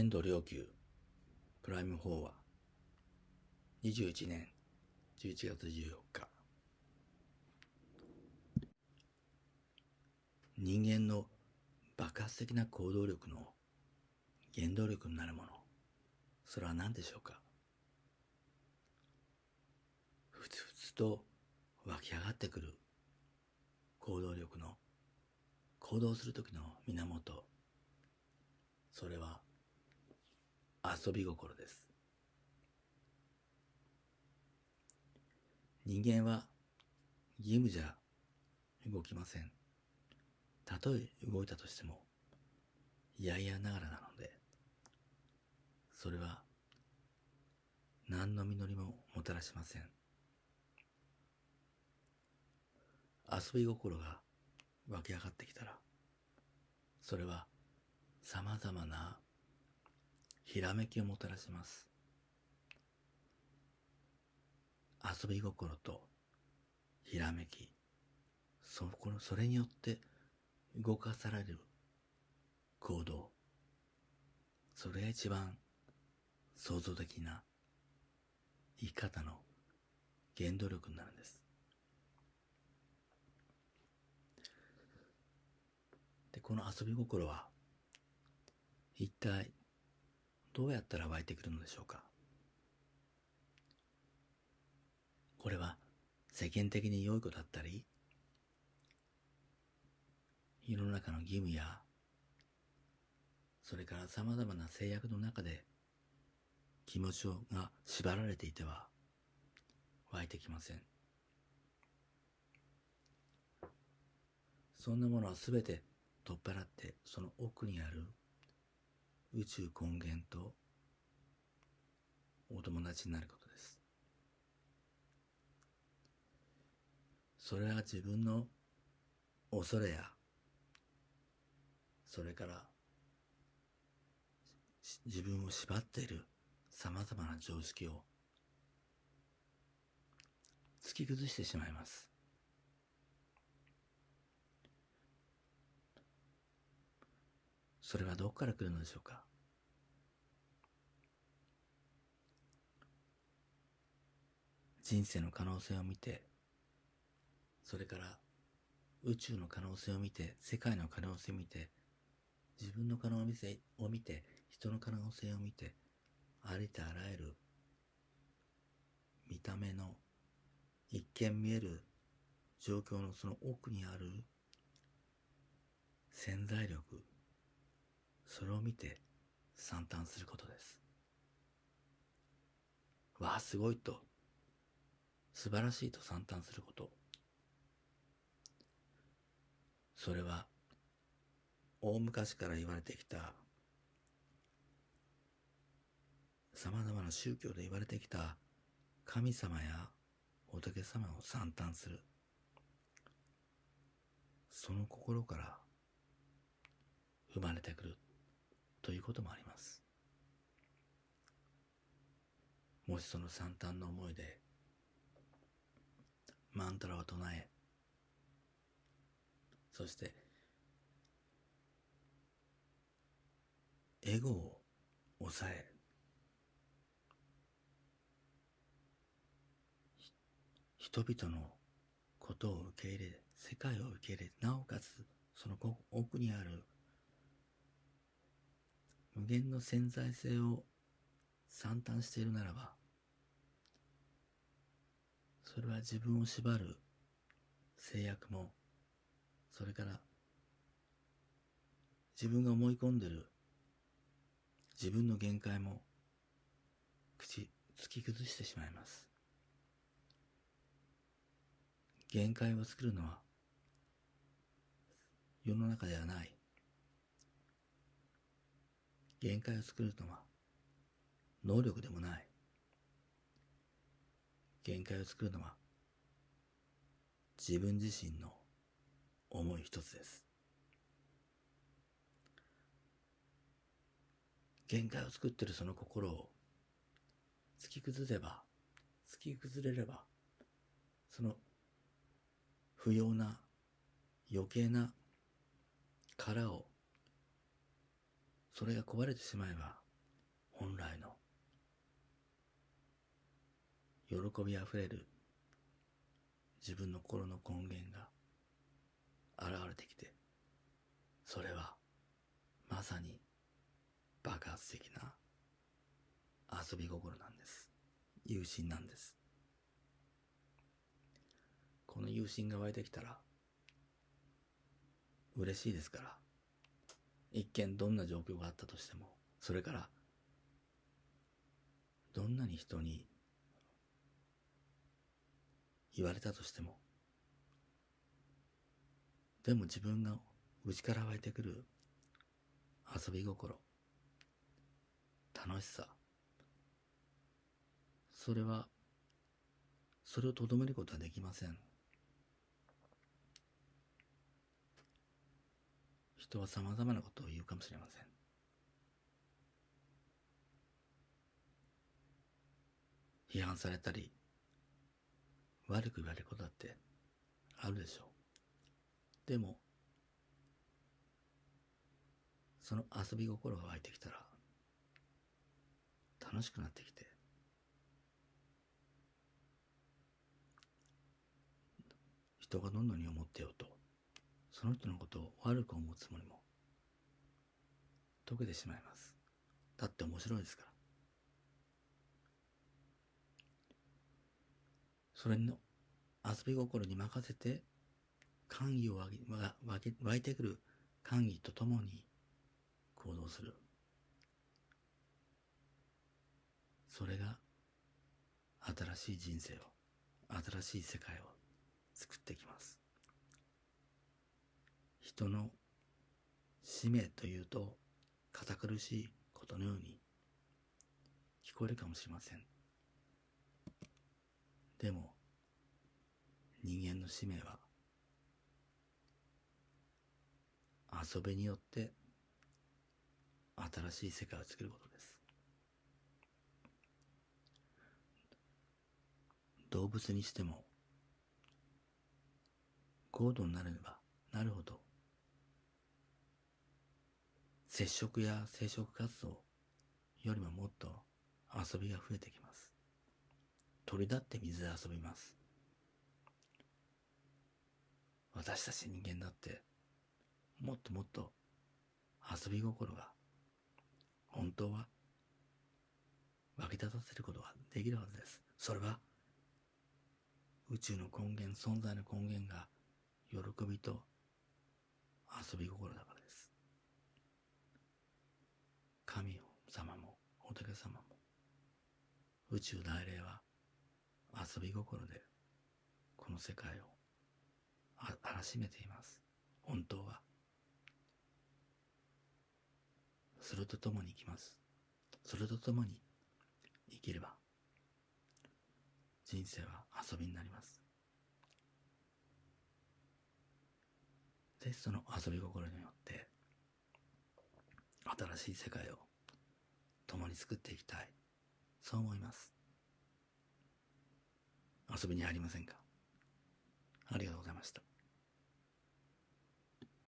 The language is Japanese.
年度料金プライム4は21年11月14日。人間の爆発的な行動力の原動力になるもの、それは何でしょうか。ふつふつと湧き上がってくる行動力の行動する時の源、それは遊び心です。人間は義務じゃ動きません。たとえ動いたとしても嫌々ながらなので、それは何の実りももたらしません。遊び心が湧き上がってきたら、それはさまざまなひらめきをもたらします。遊び心とひらめき、それによって動かされる行動、それが一番創造的な生き方の原動力になるんです。で、この遊び心は一体どうやったら湧いてくるのでしょうか。これは世間的に良いことだったり、世の中の義務や、それから様々な制約の中で気持ちが縛られていては湧いてきません。そんなものはすべて取っ払って、その奥にある宇宙根源とお友達になることです。それは自分の恐れや、それから自分を縛っているさまざまな常識を突き崩してしまいます。それはどこから来るのでしょうか。人生の可能性を見て、それから宇宙の可能性を見て、世界の可能性を見て、自分の可能性を見て、人の可能性を見て、ありとあらゆる見た目の一見見える状況のその奥にある潜在力、それを見て惨憺することです。わあ、すごいと、素晴らしいと惨憺すること、それは大昔から言われてきた、さまざまな宗教で言われてきた神様や仏様を惨憺する、その心から生まれてくるということもあります。もしその惨憺の思いでマントラを唱え、そしてエゴを抑え、人々のことを受け入れ、世界を受け入れ、なおかつその奥にある無限の潜在性を惨憺しているならば、それは自分を縛る制約も、それから自分が思い込んでいる自分の限界も突き崩してしまいます。限界を作るのは世の中ではない。限界を作るのは能力でもない。限界を作るのは自分自身の思い一つです。限界を作っているその心を突き崩れれば、その不要な余計な殻を、それが壊れてしまえば、 本来の喜びあふれる自分の心の根源が現れてきて、それはまさに爆発的な遊び心なんです。有心なんです。この有心が湧いてきたら嬉しいですから、一見どんな状況があったとしても、それからどんなに人に言われたとしても、でも自分が内から湧いてくる遊び心、楽しさ、それをとどめることはできません。人は様々なことを言うかもしれません。批判されたり悪く言われることだってあるでしょう。でもその遊び心が湧いてきたら楽しくなってきて、人がどんなに思ってようと、その人のことを悪く思うつもりも溶けてしまいます。だって面白いですから。それの遊び心に任せて歓喜を湧いてくる歓喜とともに行動する。それが新しい人生を、新しい世界を作ってきます。人の使命というと堅苦しいことのように聞こえるかもしれません。でも人間の使命は遊びによって新しい世界を作ることです。動物にしても高度になればなるほど接触や生殖活動よりももっと遊びが増えてきます。鳥だって水で遊びます。私たち人間だってもっともっと遊び心が本当は湧き立たせることができるはずです。それは宇宙の根源、存在の根源が喜びと遊び心だからです。神様も仏様も宇宙大霊は遊び心でこの世界を荒らしめています。本当はそれとともに生きます。それとともに生きれば人生は遊びになります。で、その遊び心によって新しい世界を共に作っていきたい、そう思います。遊びに入りませんか？ありがとうございました。